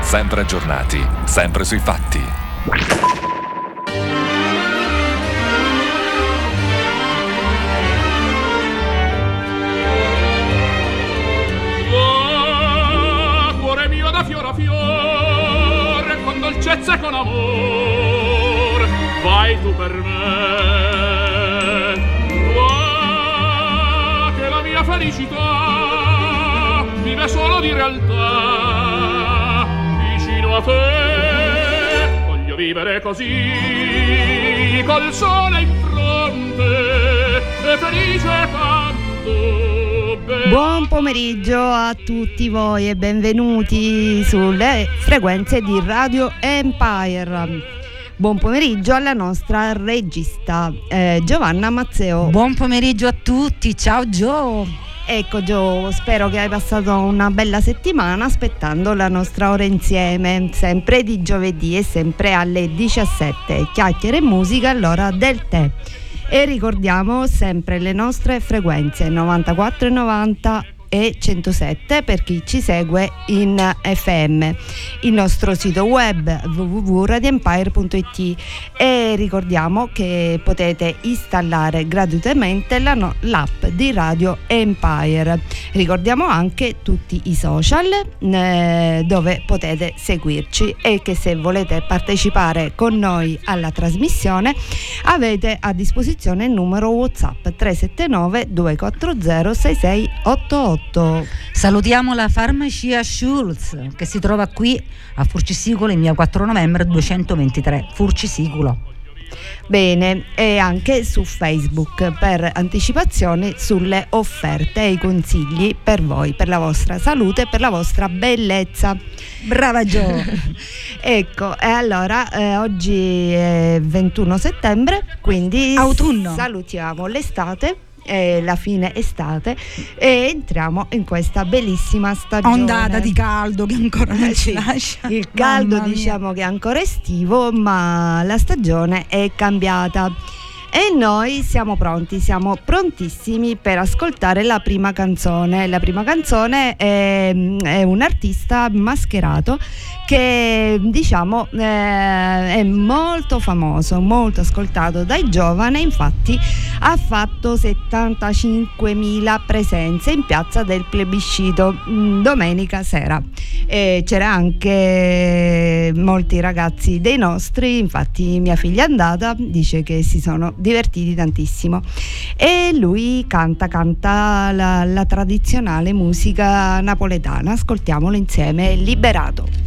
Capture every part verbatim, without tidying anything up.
sempre aggiornati, sempre sui fatti. Oh, cuore mio da fiore a fiore, con dolcezza e con amor, vai tu per me. Oh, che la mia felicità vive solo di realtà, vicino a te voglio vivere così, col sole in fronte e felice tanto bene. Buon pomeriggio a tutti voi e benvenuti sulle frequenze di Radio Empire. Buon pomeriggio alla nostra regista eh, Giovanna Mazzeo. Buon pomeriggio a tutti, ciao Gio. Ecco Gio, spero che hai passato una bella settimana aspettando la nostra ora insieme, sempre di giovedì e sempre alle diciassette, chiacchiere e musica all'ora del tè. E ricordiamo sempre le nostre frequenze novantaquattro e novanta e centosette per chi ci segue in F M, il nostro sito web w w w punto radio empire punto i t, e ricordiamo che potete installare gratuitamente la no- l'app di Radio Empire. Ricordiamo anche tutti i social eh, dove potete seguirci, e che se volete partecipare con noi alla trasmissione avete a disposizione il numero WhatsApp tre sette nove due quattro zero sei sei otto otto. Salutiamo la farmacia Schulz che si trova qui a Furcisicolo in via quattro novembre duecentoventitré, Furcisicolo. Bene, e anche su Facebook per anticipazioni sulle offerte e i consigli per voi, per la vostra salute e per la vostra bellezza. Brava Gio. Ecco, e allora eh, oggi è ventuno settembre, quindi autunno. Salutiamo l'estate, eh, la fine estate, e entriamo in questa bellissima stagione. Ondata di caldo che ancora non eh, ci sì. lascia. Il caldo diciamo che ancora è estivo, ma la stagione è cambiata. E noi siamo pronti, siamo prontissimi per ascoltare la prima canzone. La prima canzone è, è un artista mascherato che diciamo eh, è molto famoso, molto ascoltato dai giovani. Infatti ha fatto settantacinquemila presenze in piazza del Plebiscito mh, domenica sera. E c'era anche molti ragazzi dei nostri, infatti mia figlia è andata, dice che si sono divertiti tantissimo, e lui canta canta la, la tradizionale musica napoletana. Ascoltiamolo insieme, Liberato.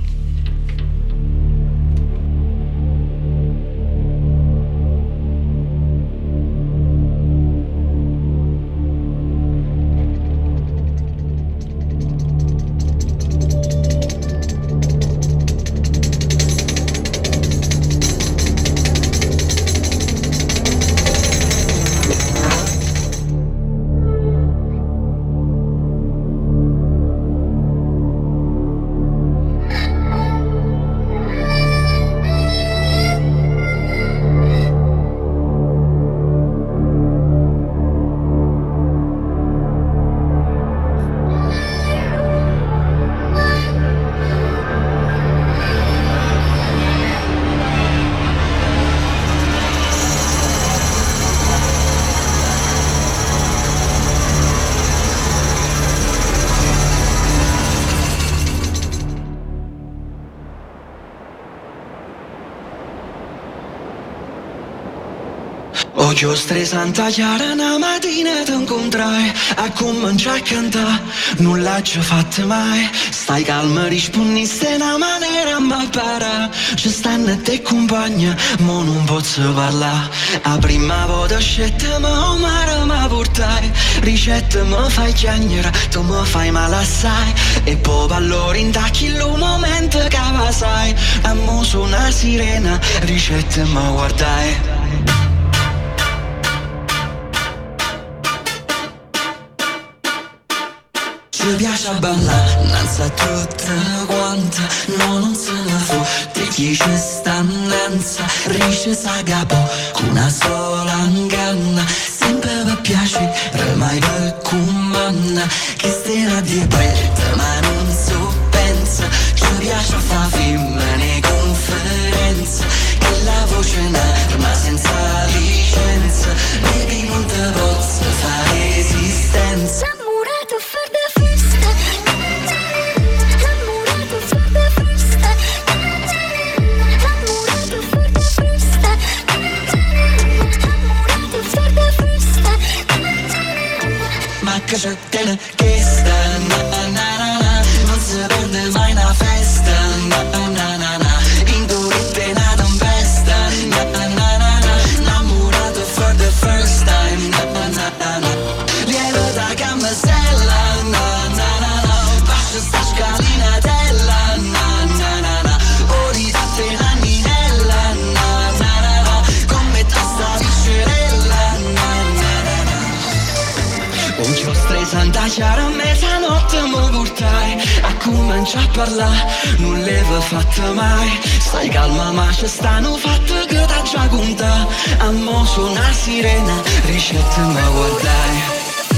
Oggi Santa Chiara una mattina ti incontrai a cominciare a cantare, nulla ci fatte mai. Stai calma, rispondi in una maniera ma para. Ci stanno te compagna, ma non posso parlare. A prima volta scelta ma mare mi portai, ricetta mi fai chiagnere, tu mi fai male assai. E poi allora intacchi il momento che va sai, a mo sono una sirena, ricetta mi guardai. Ci piace ballare, innanzi a tutte quante, no non se ne fu. Te chi ci sta innanzi, riesce a capo, con una sola inganna. Sempre per piacere, mai per comanda. Che stella di prete, ma non so pensa. Ci piace fare comincia a parlare, non l'aveva fatta mai. Stai calma ma ci stanno fatte che t'ha già contato. Ammo sono una sirena, ricette ma guardai.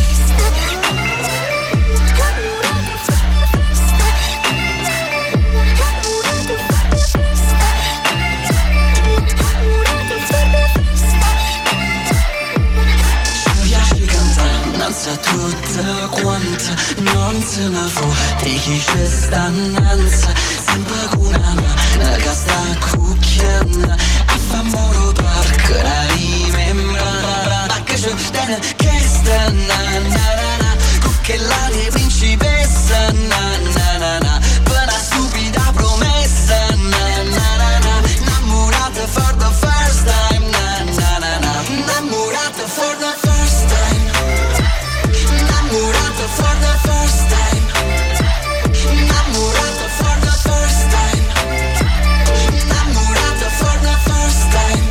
Sa tutta quanta, non se ne fa di chi c'è stannanza, sempre con una mano che sta cucchiando, a famoro parco la rimembra, ma che c'è bene che sta na na na na, con che la di principessa na na na na, per una stupida promessa na na na na, innamorata for the first time na na na na, innamorata for the first time. Innamorata for the first time. Innamorata for the first time. Innamorata for the first time.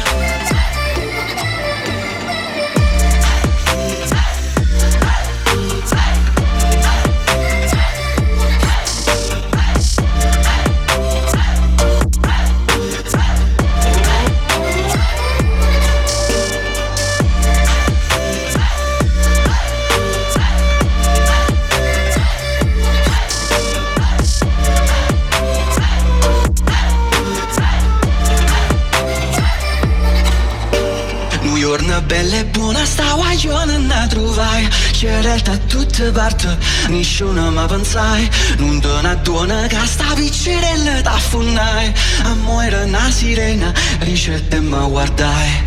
Giorno bella e buona sta guagliona ne trovai, c'era da tutte parti, nessuno mi pensai, non te ne dona che sta piccerella t'affunnai, ammo era una sirena, ricette e mi guardai.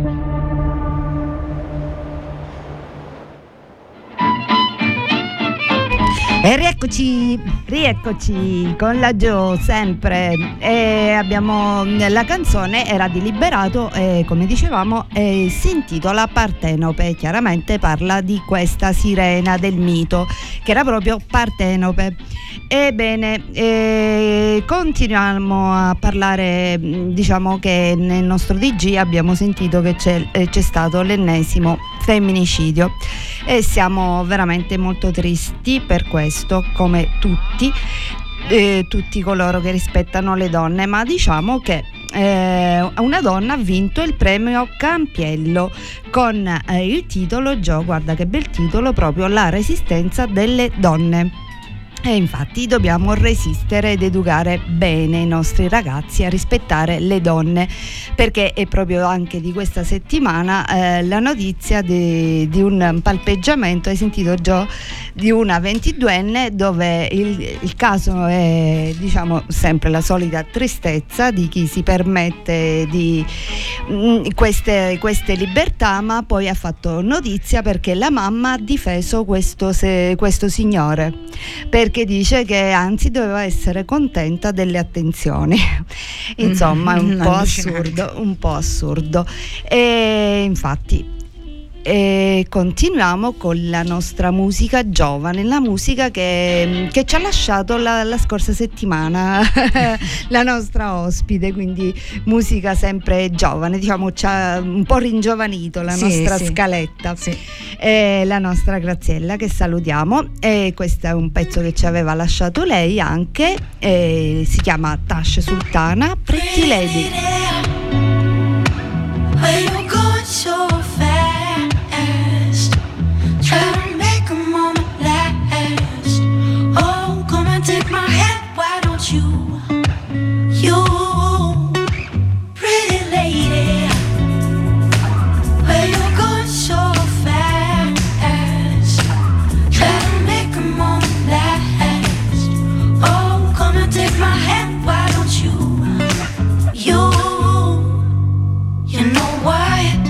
E rieccoci, rieccoci con la Gio sempre, e abbiamo, la canzone era di Liberato e come dicevamo eh, si intitola Partenope, chiaramente parla di questa sirena del mito che era proprio Partenope. Ebbene, eh, continuiamo a parlare, diciamo che nel nostro D G abbiamo sentito che c'è, eh, c'è stato l'ennesimo femminicidio e siamo veramente molto tristi per questo, come tutti, eh, tutti coloro che rispettano le donne, ma diciamo che eh, una donna ha vinto il premio Campiello con eh, il titolo, Gio, guarda che bel titolo, proprio La resistenza delle donne. E infatti dobbiamo resistere ed educare bene i nostri ragazzi a rispettare le donne, perché è proprio anche di questa settimana eh, la notizia di, di un palpeggiamento, hai sentito Gio, di una ventiduenne dove il, il caso è, diciamo, sempre la solita tristezza di chi si permette di mh, queste, queste libertà, ma poi ha fatto notizia perché la mamma ha difeso questo, se, questo signore, perché che dice che anzi doveva essere contenta delle attenzioni. Insomma, è un po' assurdo, un po' assurdo. E infatti e continuiamo con la nostra musica giovane, la musica che, che ci ha lasciato la, la scorsa settimana la nostra ospite, quindi musica sempre giovane, diciamo ci ha un po' ringiovanito la sì, nostra sì. scaletta, sì. E la nostra Graziella che salutiamo, e questo è un pezzo che ci aveva lasciato lei anche, e si chiama Tash Sultana, Pretty Lady. Try to make a moment last. Oh, come and take my hand, why don't you? You, pretty lady, where you going so fast? Try to make a moment last. Oh, come and take my hand, why don't you? You, you know why?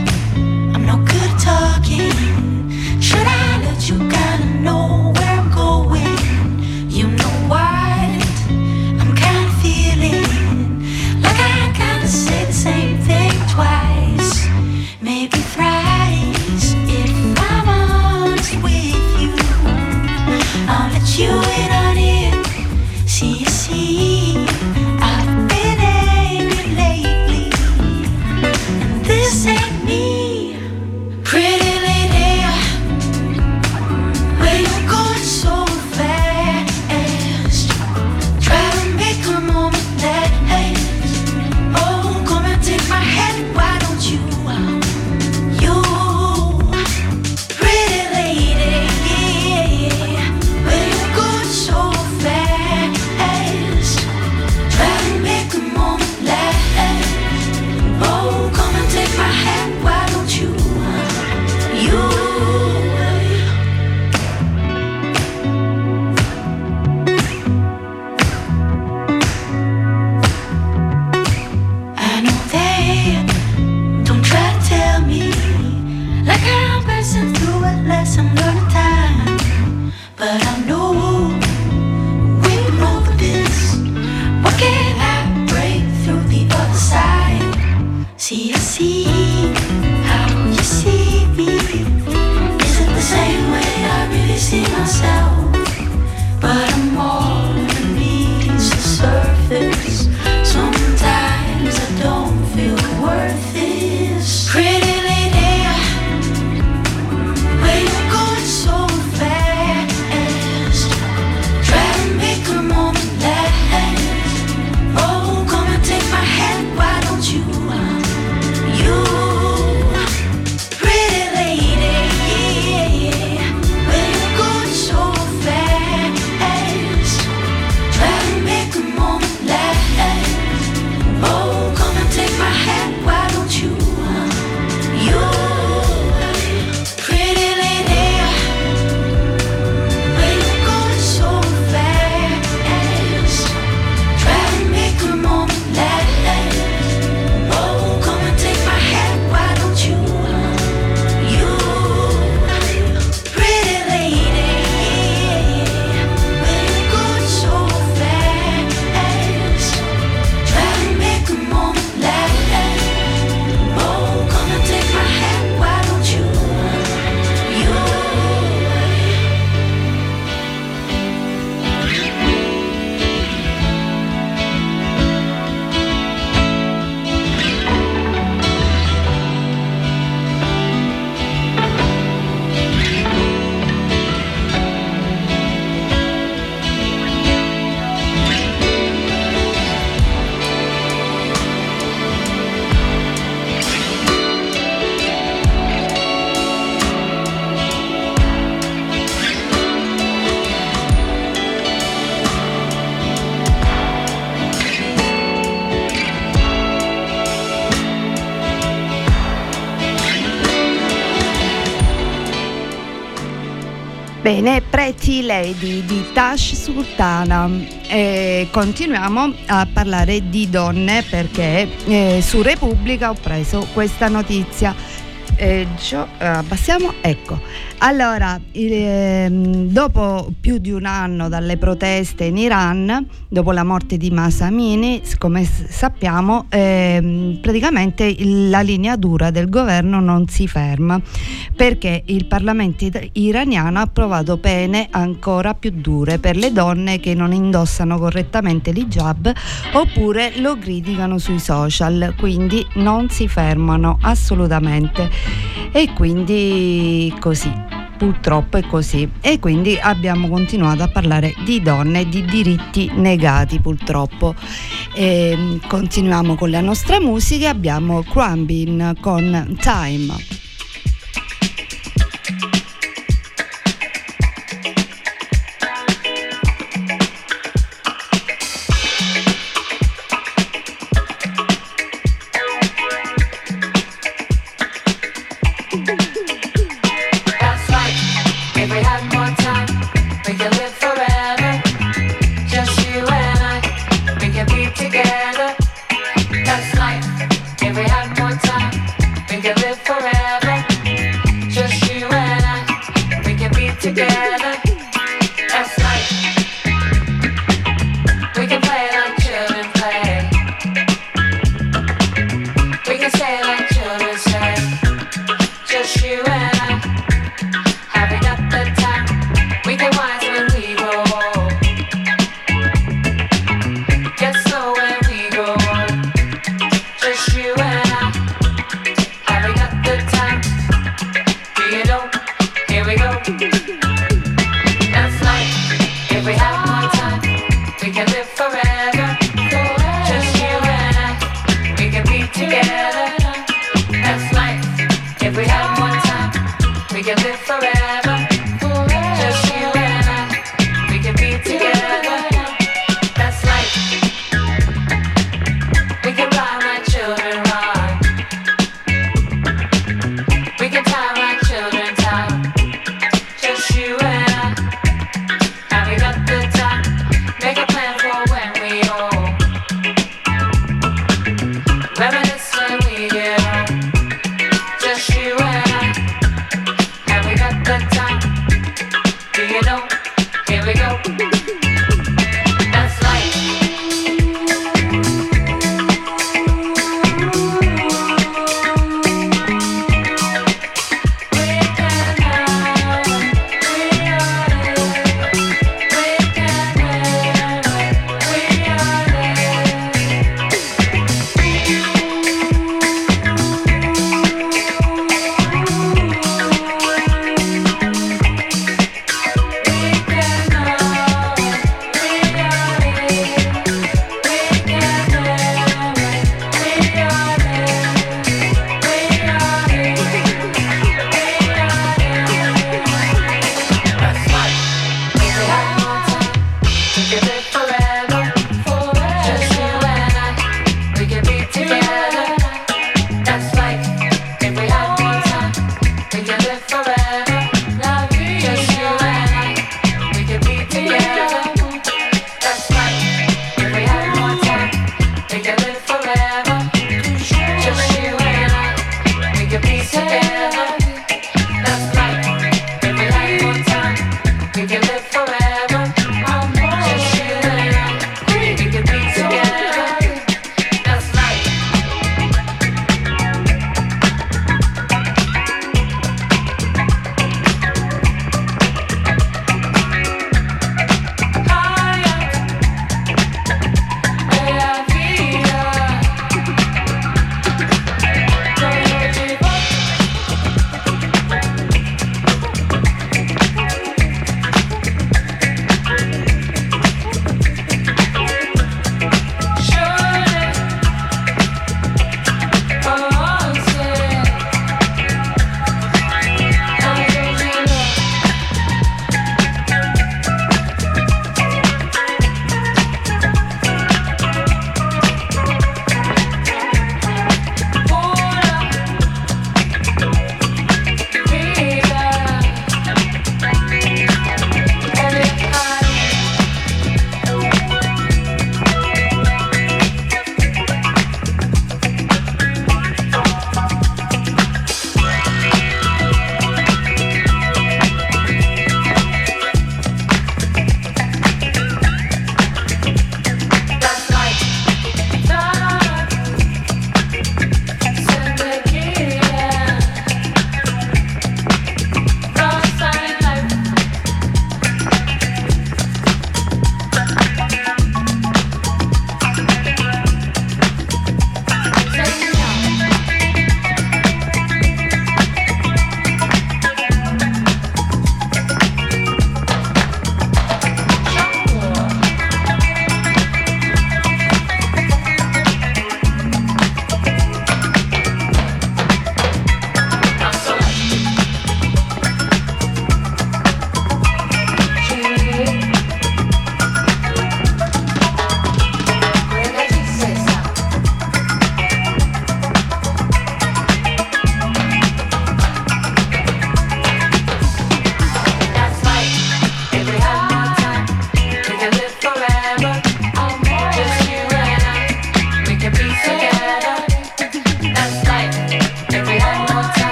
Bene, Pretty Lady di Tash Sultana. Eh, continuiamo a parlare di donne perché eh, su Repubblica ho preso questa notizia. Eh, gio- abbassiamo, ecco. Allora, il, eh, dopo più di un anno dalle proteste in Iran, dopo la morte di Mahsa Amini, come s- sappiamo, eh, praticamente il, la linea dura del governo non si ferma, perché il Parlamento it- iraniano ha approvato pene ancora più dure per le donne che non indossano correttamente l'hijab oppure lo criticano sui social, quindi non si fermano assolutamente. E quindi così, purtroppo è così, e quindi abbiamo continuato a parlare di donne e di diritti negati, purtroppo. E continuiamo con la nostra musica, abbiamo Crumbin con Time. Together, that's life. If we had more time, we could live forever.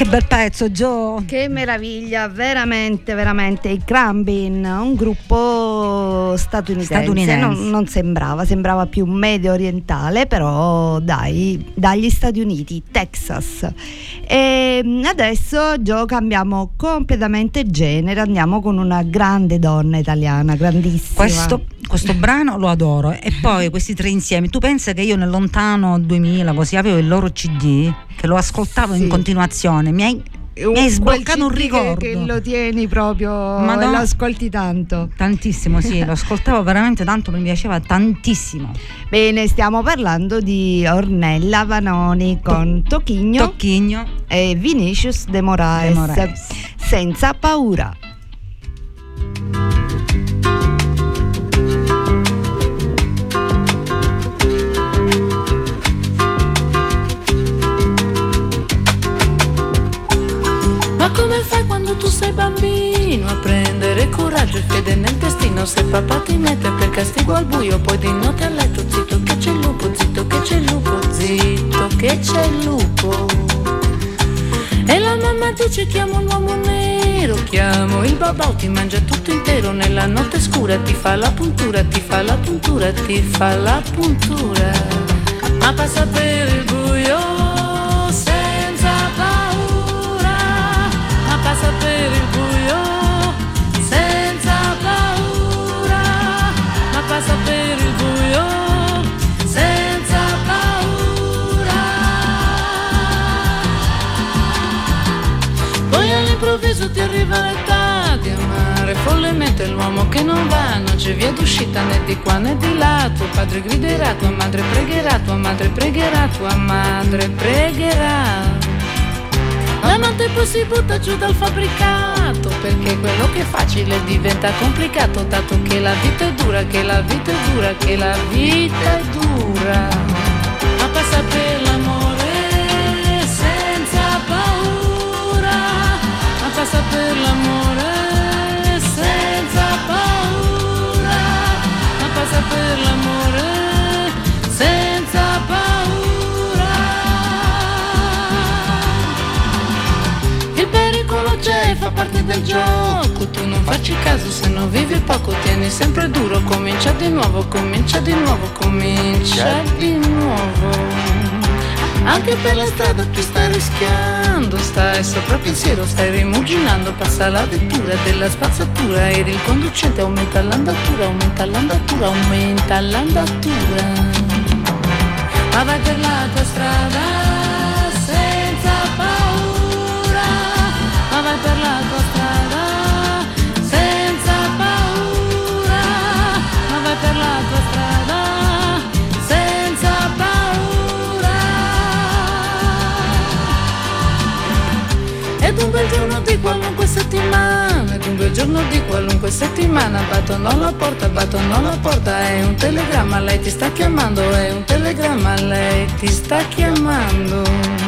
bel pezzo, Gio. Che meraviglia, veramente, veramente. I Crumbin, un gruppo statunitense, Statunitense. Non, non sembrava, sembrava più medio orientale, però dai, dagli Stati Uniti, Texas. E adesso, Gio, cambiamo completamente genere, andiamo con una grande donna italiana, grandissima. Questo, questo brano lo adoro. E poi questi tre insieme. Tu pensa che io nel lontano duemila così avevo il loro C D che lo ascoltavo Sì. in continuazione. Mi hai, mi hai sbloccato un ricordo. Che, che lo tieni proprio, Madonna. e lo ascolti tanto. Tantissimo, sì, lo ascoltavo veramente tanto, mi piaceva tantissimo. Bene, stiamo parlando di Ornella Vanoni con Tocchigno Tocchigno e Vinicius de Moraes, De Moraes. Senza paura. Ma come fai quando tu sei bambino a prendere coraggio e fede nel destino? Se papà ti mette per castigo al buio, poi di notte a letto, zitto che c'è il lupo, zitto che c'è il lupo, zitto che c'è il lupo. E la mamma dice chiamo l'uomo nero, chiamo il babà, ti mangia tutto intero. Nella notte scura ti fa la puntura, ti fa la puntura, ti fa la puntura. Ma passa per il buio senza paura, ma passa per il buio senza paura, ma passa per il buio senza paura. Poi all'improvviso ti arriva l'età di amare follemente l'uomo che non va, non c'è via d'uscita né di qua né di là. Tuo padre griderà, tua madre pregherà, tua madre pregherà, tua madre pregherà. L'amante poi si butta giù dal fabbricato, perché quello che è facile diventa complicato, dato che la vita è dura, che la vita è dura, che la vita è dura. Ma passa per l'amore senza paura, ma passa per l'amore senza paura, ma passa per l'amore senza paura. Il pericolo c'è, fa parte del gioco, tu non facci caso se non vivi poco, tieni sempre duro, comincia di nuovo, comincia di nuovo, comincia di nuovo. Anche per la strada tu stai rischiando, stai sopra pensiero, stai rimuginando, passa la vettura della spazzatura ed il conducente aumenta l'andatura, aumenta l'andatura, aumenta l'andatura. Ma vai per la tua strada senza paura, ma vai per la tua strada senza paura, ma vai per la tua strada senza paura. Ed un bel giorno di qualunque settimana, ed un bel giorno di qualunque settimana, battono alla porta, battono alla porta, è un telegramma, lei ti sta chiamando, è un telegramma, lei ti sta chiamando.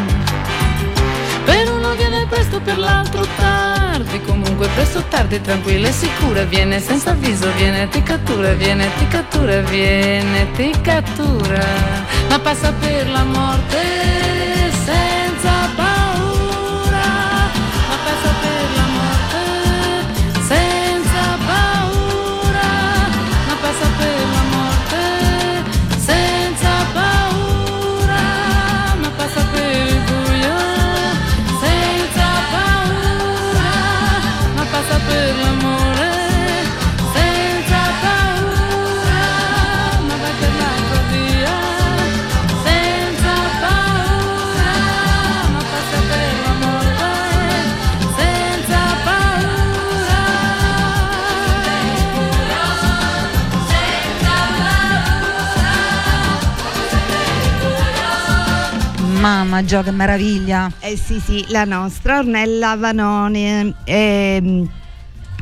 Per uno viene presto, per l'altro tardi, comunque presto o tardi, tranquilla e sicura, viene senza avviso, viene ti cattura, viene ti cattura, viene ti cattura. Ma passa per la morte senza paura, ma passa per la morte senza paura, ma passa per la morte senza paura, ma passa per il buio senza paura, ma passa per l'amore senza paura, ma vai per la tua via senza paura, ma passa per l'amore senza paura, Mamma Gio, che meraviglia. Eh sì sì, la nostra Ornella Vanoni. ehm,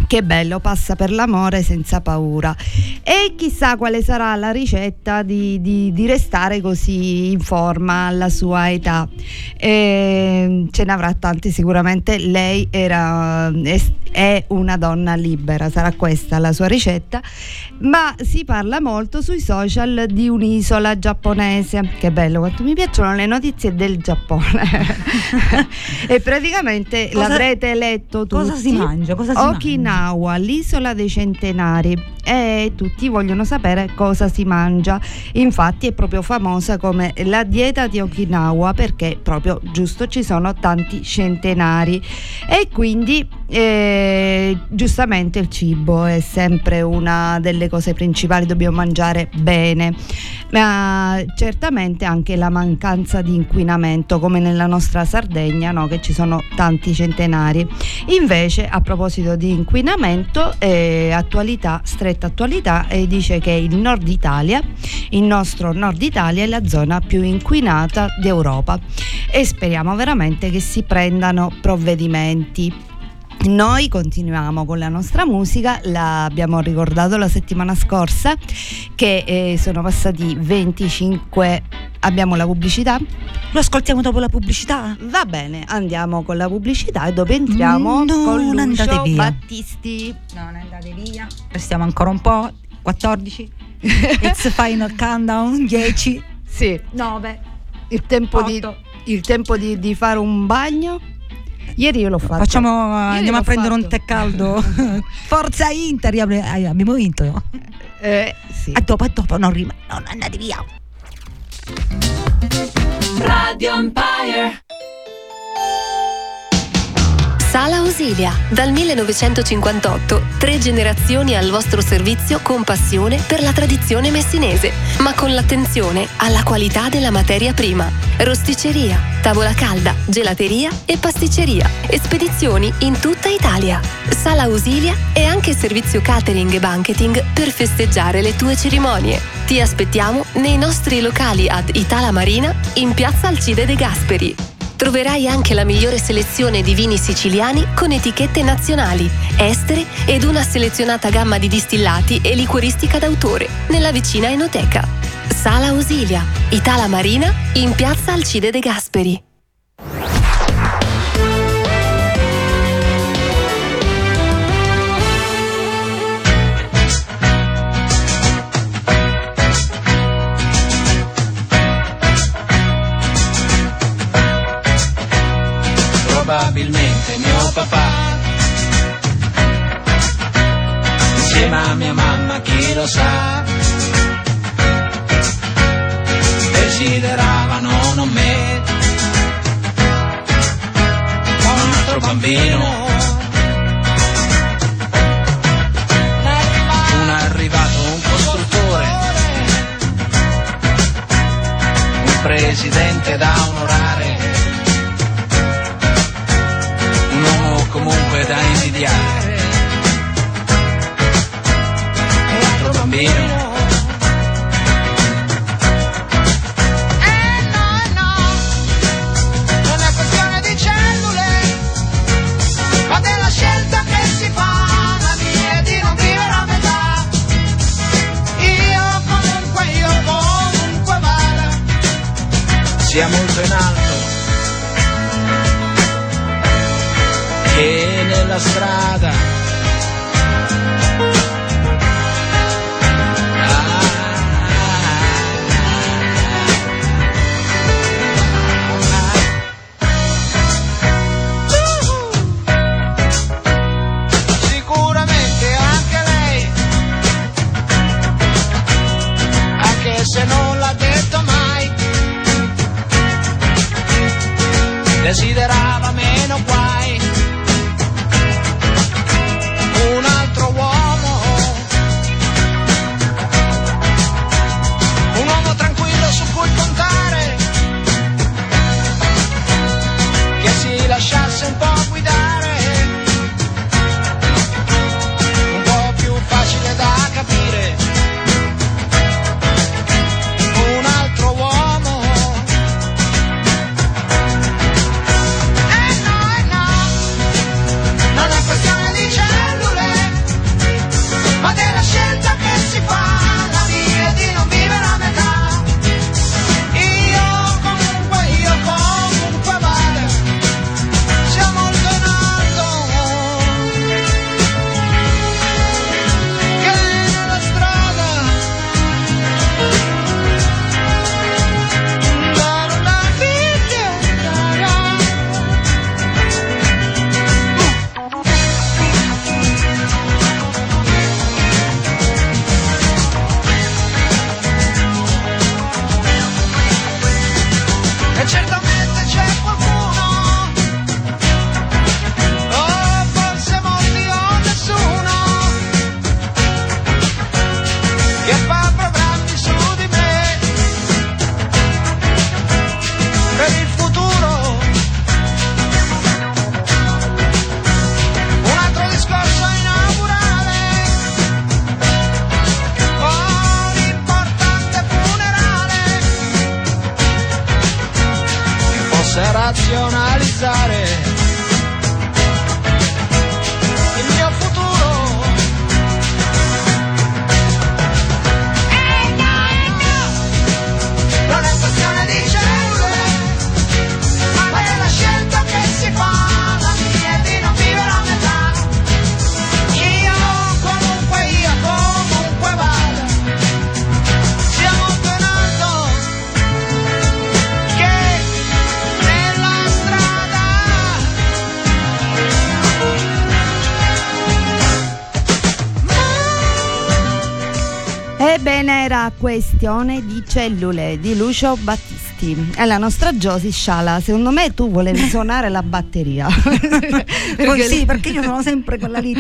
Che bello, passa per l'amore senza paura. E chissà quale sarà la ricetta di, di, di restare così in forma alla sua età. E ce ne avrà tanti sicuramente. Lei era, è, è una donna libera, sarà questa la sua ricetta. Ma si parla molto sui social di un'isola giapponese. Che bello, quanto mi piacciono le notizie del Giappone. E praticamente cosa, l'avrete letto tutti. Cosa si mangia? Cosa si Okinawa, mangia? l'isola dei centenari, e tutti vogliono sapere cosa si mangia. Infatti è proprio famosa come la dieta di Okinawa, perché proprio giusto ci sono tanti centenari e quindi eh, giustamente il cibo è sempre una delle cose principali, dobbiamo mangiare bene, ma certamente anche la mancanza di inquinamento, come nella nostra Sardegna, no? Che ci sono tanti centenari. Invece, a proposito di inquinamento, eh, attualità, stretta attualità, e dice che il Nord Italia, il nostro Nord Italia è la zona più inquinata d'Europa e speriamo veramente che si prendano provvedimenti. Noi continuiamo con la nostra musica, l'abbiamo ricordato la settimana scorsa che eh, sono passati venticinque. Abbiamo la pubblicità? Lo ascoltiamo dopo la pubblicità? Va bene, andiamo con la pubblicità e dopo entriamo no, con Lucio via. Battisti. No, non andate via. Restiamo ancora un po'. quattordici. It's final countdown. dieci. Sì. nove. Il tempo di, il tempo di, di fare un bagno. Ieri io l'ho fatto. Facciamo, Ieri andiamo a prendere fatto. un tè caldo. Forza Inter, abbiamo vinto. Eh, sì. A dopo, a dopo, non, rim- non andate via. Radio Empire. Sala Osilia, dal millenovecentocinquantotto, tre generazioni al vostro servizio con passione per la tradizione messinese, ma con l'attenzione alla qualità della materia prima. Rosticceria, tavola calda, gelateria e pasticceria e spedizioni in tutta Italia. Sala Osilia è anche servizio catering e banqueting per festeggiare le tue cerimonie. Ti aspettiamo nei nostri locali ad Itala Marina in piazza Alcide De Gasperi. Troverai anche la migliore selezione di vini siciliani con etichette nazionali, estere ed una selezionata gamma di distillati e liquoristica d'autore nella vicina enoteca. Sala Osilia, Itala Marina, in piazza Alcide De Gasperi. Probabilmente mio papà, insieme a mia mamma, chi lo sa, desideravano non me, ma un altro bambino. Un arrivato, un costruttore, un presidente da onorare, un uomo comunque da invidiare, un altro bambino. Eh no, no, non è questione di cellule, ma della scelta che si fa, la mia è di non vivere a metà. Io comunque, io comunque vada, Sia molto in alto che nella strada. sicuramente anche lei, anche se non l'ha detto mai, Desiderava meno guai, un altro uomo, un uomo tranquillo su cui contare, che si lasciasse un po' guidare, un po' più facile da capire, un altro uomo, razionalizzare il mio futuro. Eh no, eh no, non è questione di cellule, ma è la scelta che si fa, la mia è di non vivere a metà. Io comunque, io comunque vado, sia molto in alto che nella strada. Ebbene, era Questione di cellule di Lucio Battisti. E la nostra Josie Sciala, secondo me tu volevi suonare la batteria. Perché sì, perché io sono sempre quella lì.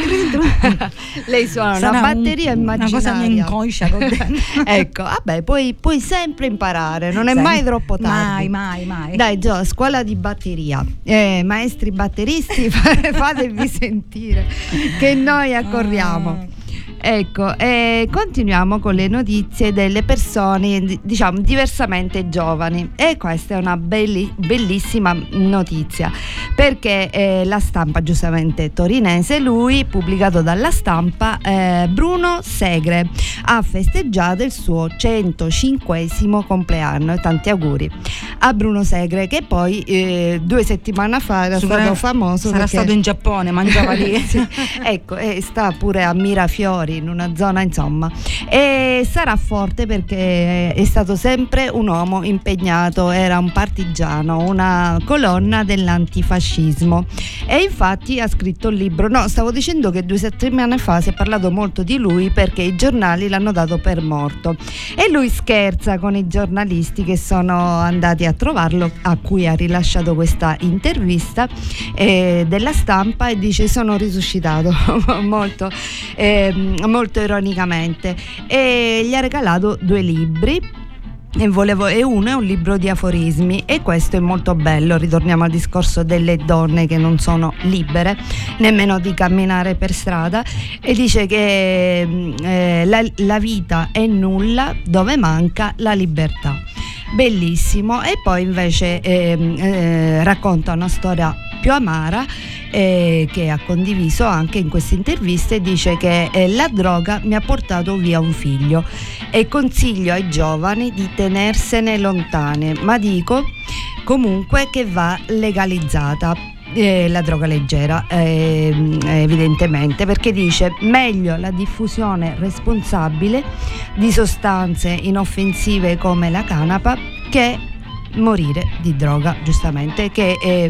Lei suona Sarà una batteria un, immaginaria. Una cosa mi inconscia con te. Ecco, vabbè, puoi, puoi sempre imparare, non è Sempre. mai troppo tardi. Mai, mai, mai. Dai Gio, scuola di batteria. Eh, maestri batteristi, fatevi sentire che noi accorriamo. Ah. Ecco, e continuiamo con le notizie delle persone, di- diciamo, diversamente giovani. E questa è una belli- bellissima notizia, perché eh, la Stampa, giustamente torinese, lui, pubblicato dalla Stampa, eh, Bruno Segre, ha festeggiato il suo centocinquesimo compleanno, e tanti auguri a Bruno Segre, che poi eh, due settimane fa era Super- stato famoso. Sarà perché- stato in Giappone, mangiava lì. Sì, ecco, e sta pure a Mirafiori, in una zona, insomma, e sarà forte perché è stato sempre un uomo impegnato, era un partigiano, una colonna dell'antifascismo, e infatti ha scritto un libro. No, stavo dicendo che due settimane fa si è parlato molto di lui perché i giornali l'hanno dato per morto, e lui scherza con i giornalisti che sono andati a trovarlo, a cui ha rilasciato questa intervista eh, della Stampa, e dice: sono risuscitato molto eh, molto ironicamente, e gli ha regalato due libri. E, volevo, e uno è un libro di aforismi, e questo è molto bello. Ritorniamo al discorso delle donne che non sono libere nemmeno di camminare per strada, e dice che eh, la, la vita è nulla dove manca la libertà. Bellissimo. E poi invece eh, eh, racconta una storia più amara eh, che ha condiviso anche in queste interviste. Dice che eh, la droga mi ha portato via un figlio, e consiglio ai giovani di tenersene lontane, ma dico comunque che va legalizzata. Eh, la droga leggera eh, evidentemente, perché dice: meglio la diffusione responsabile di sostanze inoffensive come la canapa che morire di droga, giustamente, che, eh,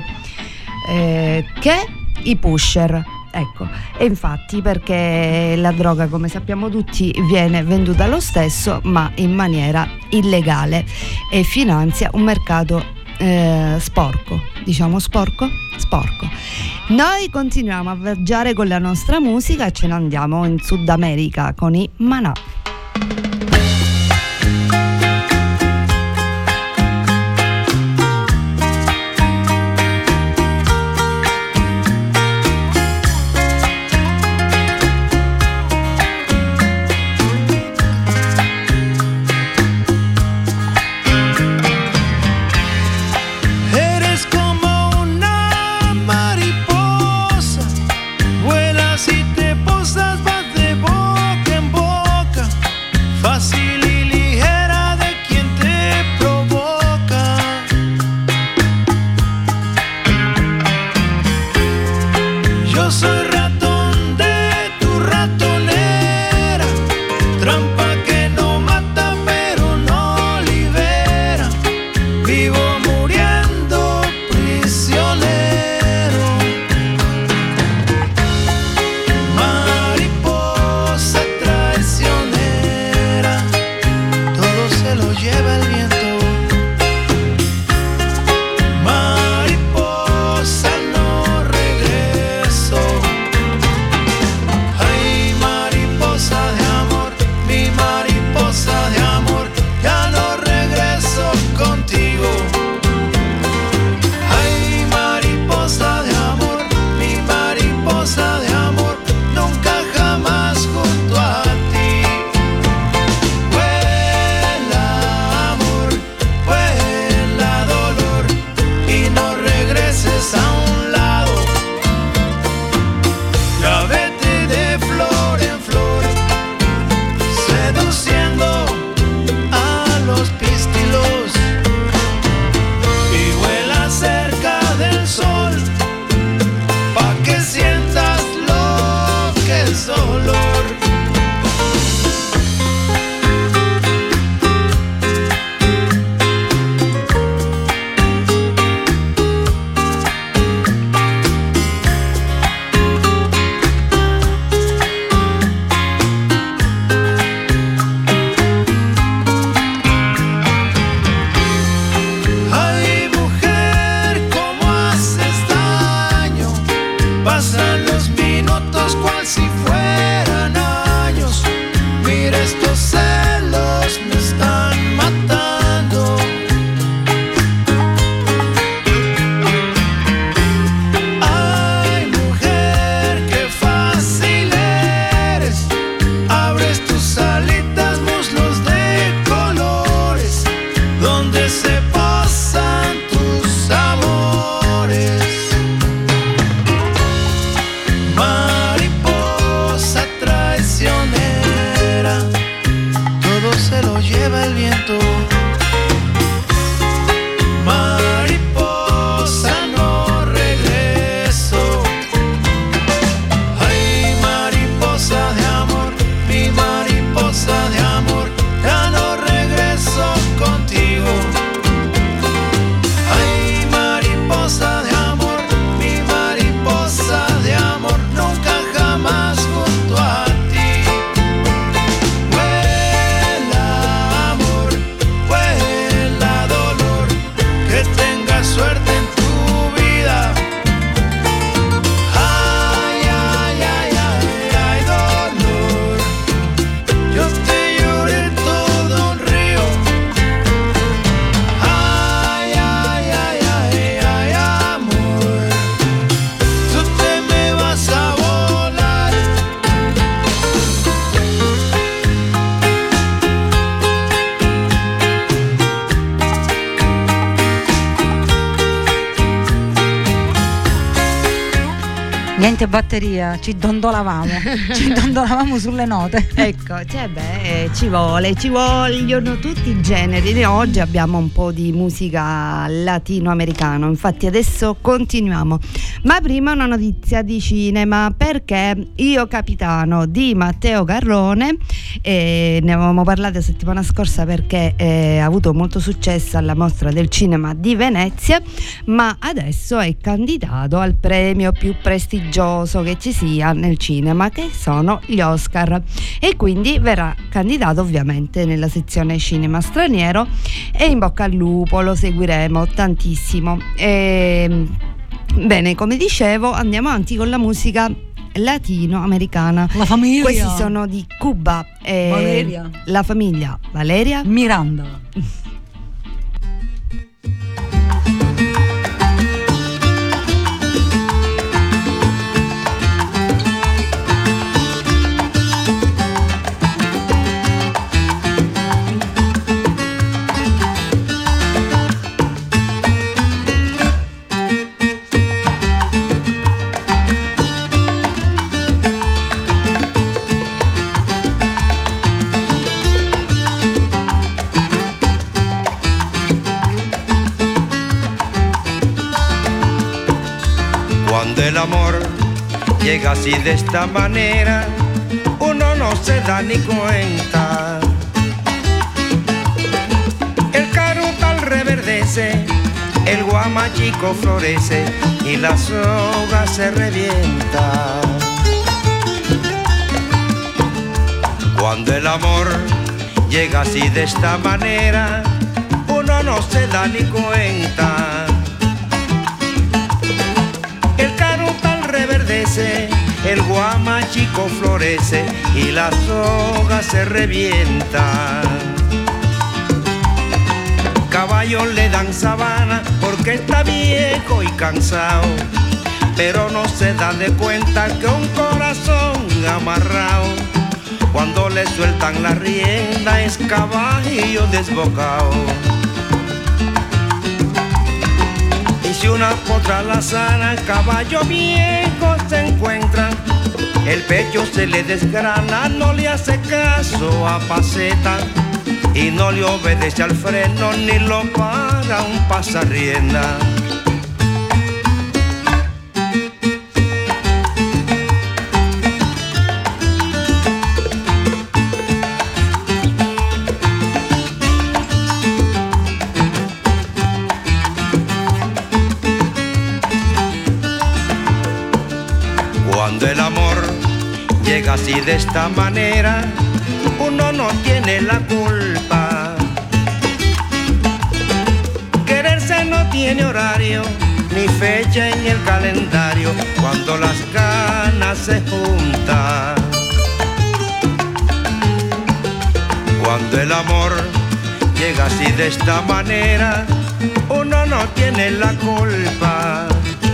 eh, che i pusher. Ecco, e infatti, perché la droga, come sappiamo tutti, viene venduta lo stesso ma in maniera illegale, e finanzia un mercato Eh, sporco, diciamo sporco? Sporco. Noi continuiamo a viaggiare con la nostra musica e ce ne andiamo in Sud America con i Maná. Si te posas vas de boca en boca, fácil y ligera de quien te provoca. Yo soy ratón de tu ratonera, trampa que no mata pero no libera, vivo muriendo prisionero. Lleva el viento, mariposa no regreso. Ay, mariposa de amor, mi mariposa de amor, ya no regreso contigo. Ay, mariposa de amor, mi mariposa de amor, nunca jamás junto a ti. Vuela, lleva el viento. Mariposa, no regreso. Ay, mariposa de amor, mi mariposa de amor, ya no regreso contigo. Ay, mariposa de amor, mi mariposa de amor, nunca jamás junto a ti. Vuela amor, vuela dolor, que tengas suerte en tu vida. Ay, ay, ay, ay, ay, dolor, yo te lloré todo un río. Ay, ay, ay, ay, ay, amor, tú te me vas a volar. Niente batteria, ci dondolavamo, ci dondolavamo sulle note. Ecco, cioè beh, ci vuole, ci vogliono tutti i generi. Oggi abbiamo un po' di musica latinoamericana, infatti adesso continuiamo. Ma prima una notizia di cinema, perché Io Capitano di Matteo Garrone, eh, ne avevamo parlato la settimana scorsa perché eh, ha avuto molto successo alla Mostra del Cinema di Venezia, ma adesso è candidato al premio più prestigioso che ci sia nel cinema, che sono gli Oscar, e quindi verrà candidato ovviamente nella sezione cinema straniero, e in bocca al lupo, lo seguiremo tantissimo. E, bene, come dicevo, andiamo avanti con la musica latinoamericana. La famiglia. Questi sono di Cuba. E Valeria. La famiglia Valeria Miranda. Cuando el amor llega así de esta manera, uno no se da ni cuenta. El carutal reverdece, el guamachico florece y la soga se revienta. Cuando el amor llega así de esta manera, uno no se da ni cuenta. El carutal reverdece, el guamachico florece y la soga se revienta. Caballos le dan sabana porque está viejo y cansado, pero no se da de cuenta que un corazón amarrado, cuando le sueltan la rienda, es caballo desbocado. Y si una potra la sana, caballo viejo se encuentra, el pecho se le desgrana, no le hace caso a Paceta y no le obedece al freno ni lo para un pasarrienda. Cuando el amor llega así de esta manera, uno no tiene la culpa. Quererse no tiene horario ni fecha en el calendario, cuando las ganas se juntan. Cuando el amor llega así de esta manera, uno no tiene la culpa.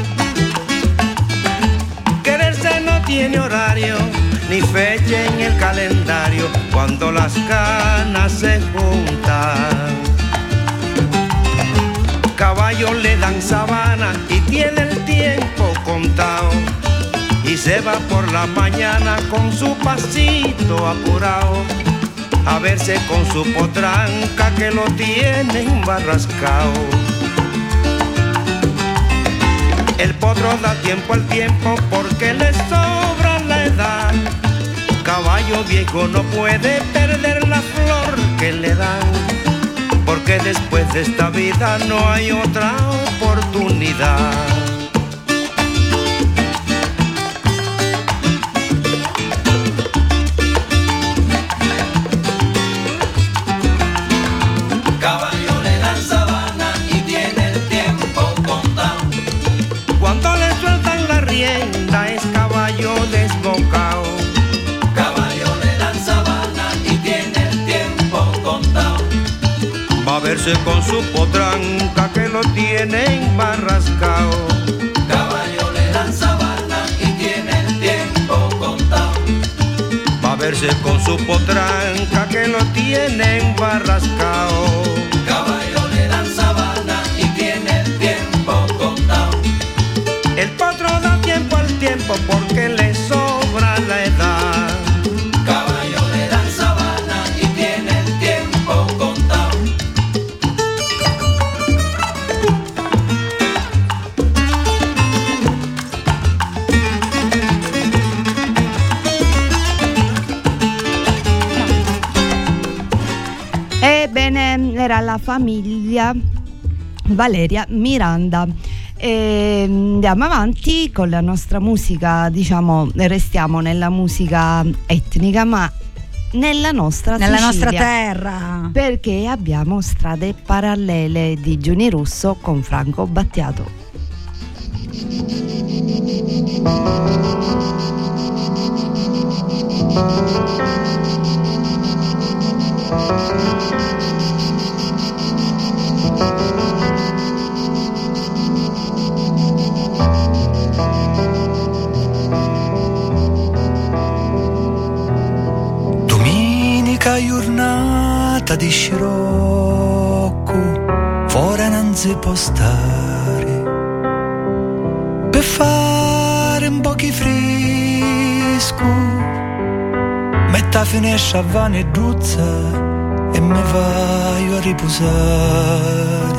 Quererse no tiene horario ni fecha en el calendario, cuando las ganas se juntan. Caballos le dan sabana y tiene el tiempo contado, y se va por la mañana con su pasito apurado, a verse con su potranca que lo tiene embarrascao. El potro da tiempo al tiempo porque le sobra la edad. Caballo viejo no puede perder la flor que le dan, porque después de esta vida no hay otra oportunidad. Caballo le dan sabana y tiene el tiempo contado. Cuando le sueltan la rienda es caballo desbocado. Caballo le dan sabana y tiene el tiempo contado. Va a verse con su potranca que lo tiene embarrascao. Caballo le dan sabana y tiene el tiempo contado. Va a verse con su potranca que lo tiene embarrascao. Caballo le dan sabana y tiene el tiempo contado. El potro da tiempo al tiempo porque le sobra la edad. Caballo le dan sabana y tiene el tiempo contado. Ebbene, era la famiglia Valeria Miranda. E andiamo avanti con la nostra musica, diciamo, restiamo nella musica etnica, ma nella nostra nella Sicilia, nostra terra, perché abbiamo Strade parallele di Giuni Russo con Franco Battiato. Domenica giornata di scirocco, fuori non si può stare, per fare un po' di fresco, metto a finestra a vana e duzza e mi vai a riposare.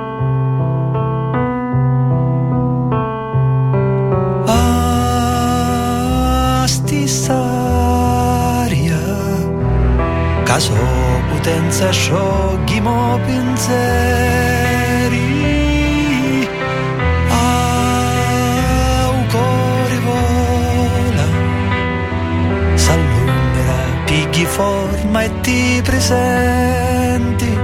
Ah, st'aria, caso potenza sciogli mo pensieri. Ah, un cuore vola, s'allunga, pigli forma e ti presenti.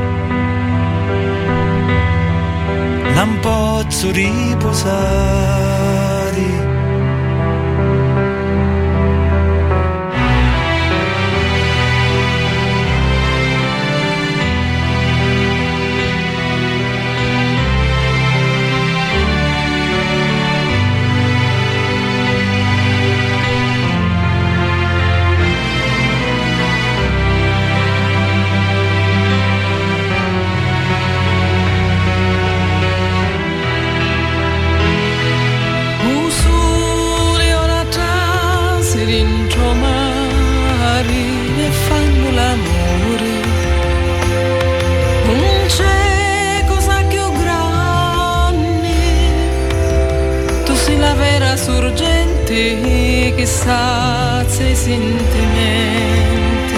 Non posso riposare. Sorgente che sazia i sentimenti.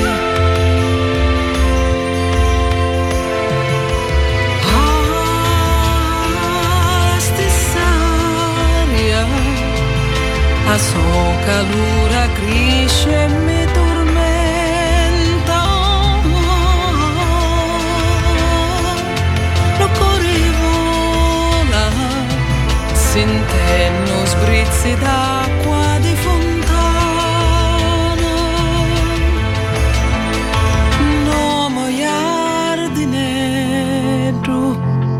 Ah, stessa aria, a sua calura cresce e mi tormenta. Lo cuore vola, sentendo sprizzi d'acqua di fontana. Nomo giardinetto,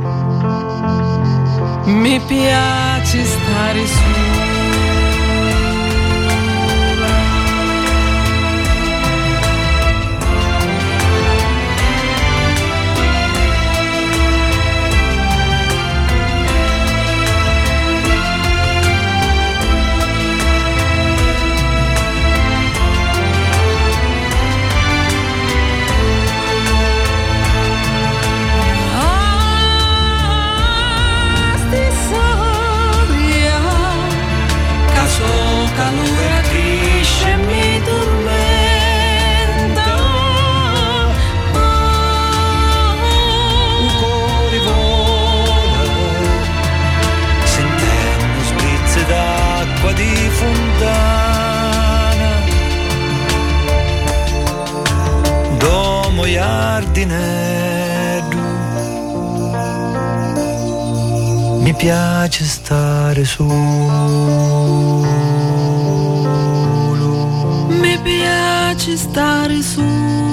mi piace stare su. mi piace stare solo. Mi piace stare sola.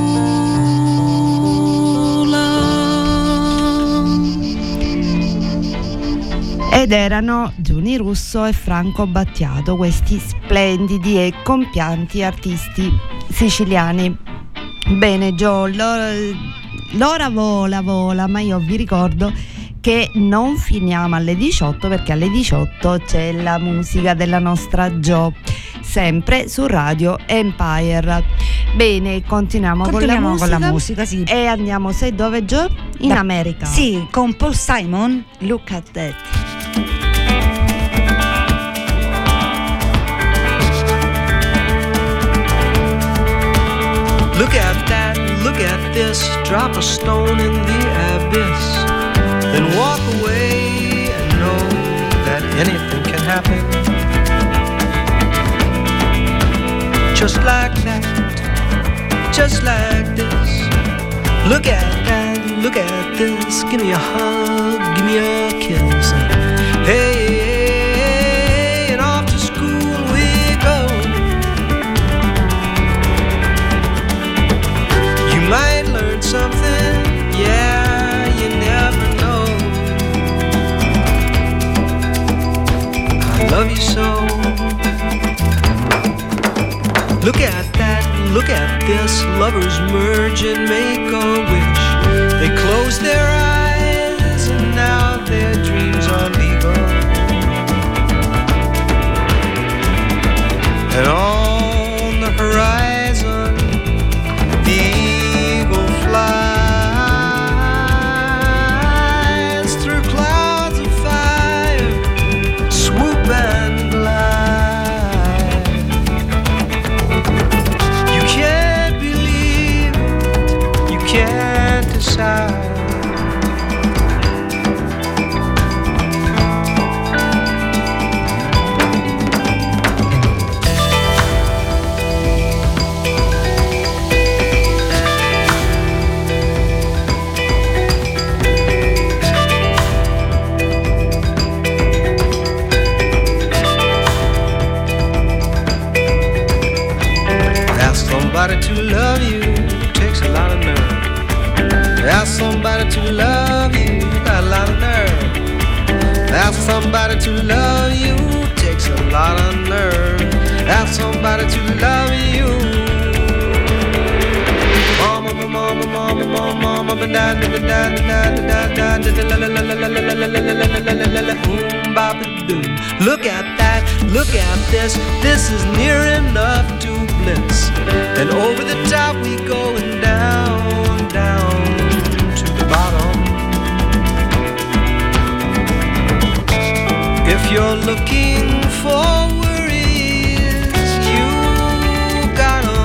Ed erano Giuni Russo e Franco Battiato, questi splendidi e compianti artisti siciliani. Bene Gio, l'ora vola vola, ma io vi ricordo che non finiamo alle diciotto, perché alle diciotto c'è la musica della nostra Gio, sempre su Radio Empire. Bene, continuiamo, continuiamo con la musica, con la musica sì. E andiamo, sai dove Gio? In da, America. Sì, con Paul Simon, Look at That. Look at that, look at this, drop a stone in the abyss, then walk away and know that anything can happen. Just like that, just like this. Look at that, look at this, give me a hug, give me a kiss. Hey, and off to school we go. You might learn something, yeah, you never know. I love you so. Look at that, look at this, lovers merge and make a wish. They close their eyes and now their dreams are legal. And on the horizon the eagle flies through clouds of fire, swoop and glide. You can't believe it, you can't decide. Somebody to love you takes a lot of nerve. Ask somebody to love you, got a lot of nerve. Ask somebody to love you takes a lot of nerve. Ask somebody to love you. Mama, mama, mama, mama, mama, ba da da da da da da da da la la la la la la la la la la la la. Look at that, look at this, this is near enough to bliss. And over the top we go and down, down to the bottom. If you're looking for worries, you got 'em.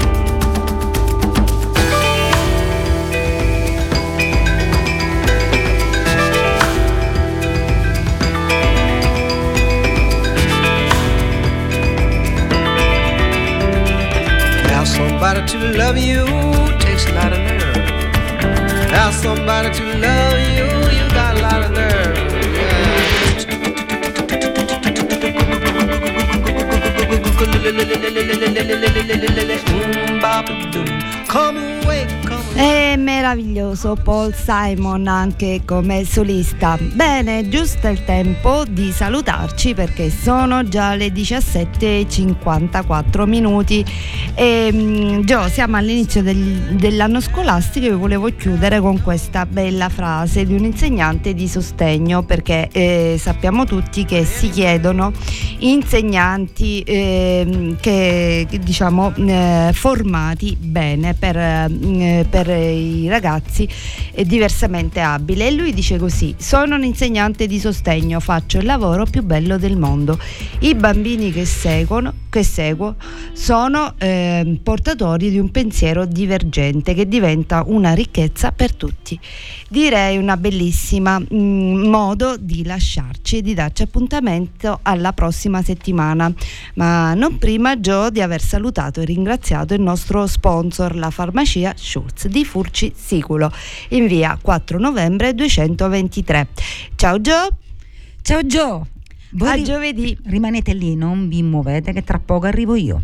Somebody to love you takes a lot of nerve. Now somebody to love you, you got a lot of nerve. Come away, come away. È meraviglioso Paul Simon anche come solista. Bene, giusto il tempo di salutarci perché sono già le diciassette e cinquantaquattro minuti e Gio, siamo all'inizio del, dell'anno scolastico e volevo chiudere con questa bella frase di un insegnante di sostegno, perché eh, sappiamo tutti che si chiedono insegnanti eh, che diciamo eh, formati bene per, eh, per i ragazzi eh, diversamente abili, e lui dice così: sono un insegnante di sostegno, faccio il lavoro più bello del mondo. I bambini che seguono che seguo sono eh, portatori di un pensiero divergente che diventa una ricchezza per tutti. Direi una bellissima mh, modo di lasciarci e di darci appuntamento alla prossima settimana, ma non prima, Gio, di aver salutato e ringraziato il nostro sponsor, la farmacia Schultz. di Furci Siculo, in via quattro novembre duecentoventitré. Ciao Gio. Ciao Gio. Voi a ri- giovedì. Rimanete lì, non vi muovete che tra poco arrivo io.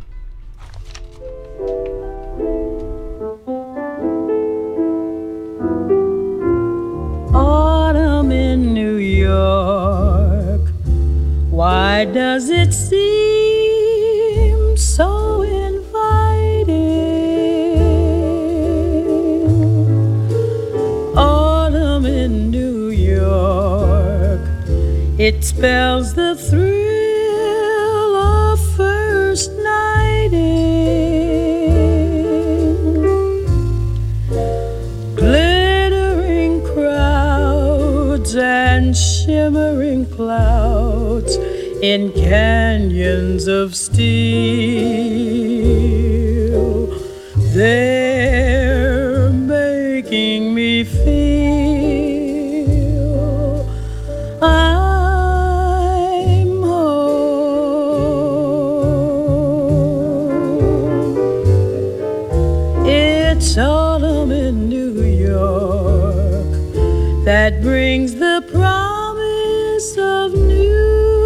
Autumn in New York, why does it seem so inviting? Autumn in New York, it spells the thrill of first nighting. Glittering crowds and shimmering clouds in canyons of steel. They're making me feel I'm home. It's autumn in New York that brings the promise of new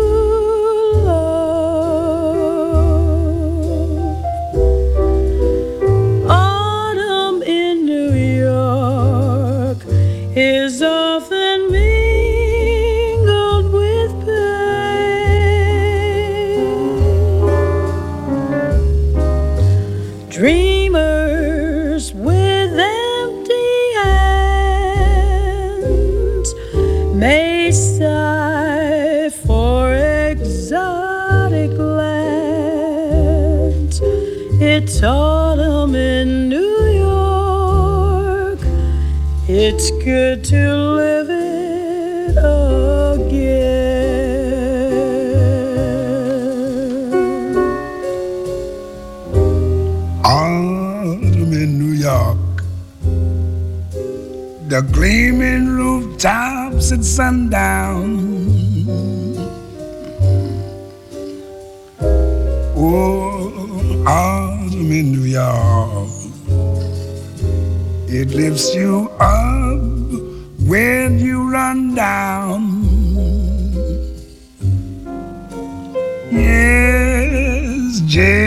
love. Autumn in New York is often mingled with pain. Dreamers with empty hands may sigh for exotic lands. It's autumn in New York. It's good to live it again. Autumn in New York, the gleaming rooftops at sundown. Oh, autumn in New York, it lifts you up when you run down. Yes,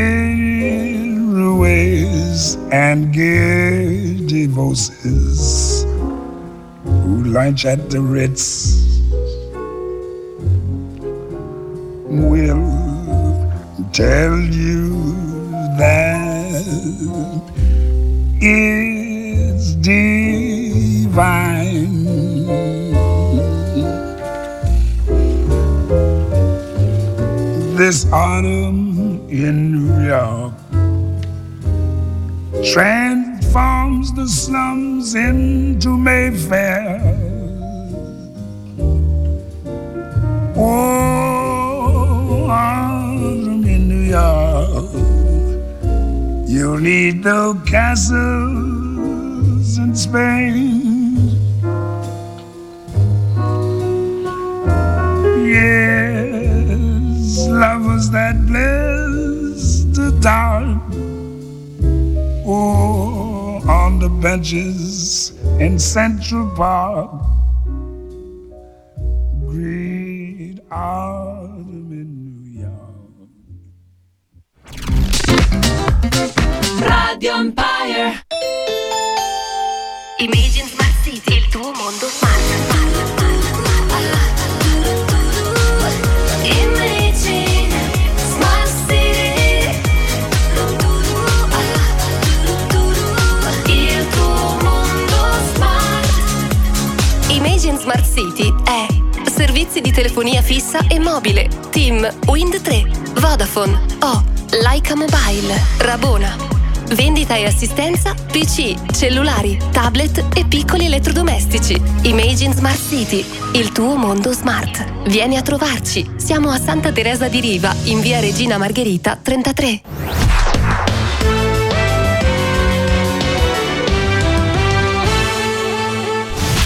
railways and giddy voices who lunch at the Ritz will tell you that it's divine. This autumn in New York transforms the slums into Mayfair. Oh, autumn in New York, you'll need the castles in Spain. Yes, lovers that bless the dark. Oh, on the benches in Central Park, great autumn in New York. Radio Empire. Imagine Smart City, il tuo mondo smart. Imagine Smart City. Il tuo mondo smart. Imagine Smart City è servizi di telefonia fissa e mobile, TIM, Wind tre, Vodafone, O, Laika Mobile, Rabona. Vendita e assistenza P C, cellulari, tablet e piccoli elettrodomestici. Imagine Smart City, il tuo mondo smart. Vieni a trovarci. Siamo a Santa Teresa di Riva, in via Regina Margherita trentatré.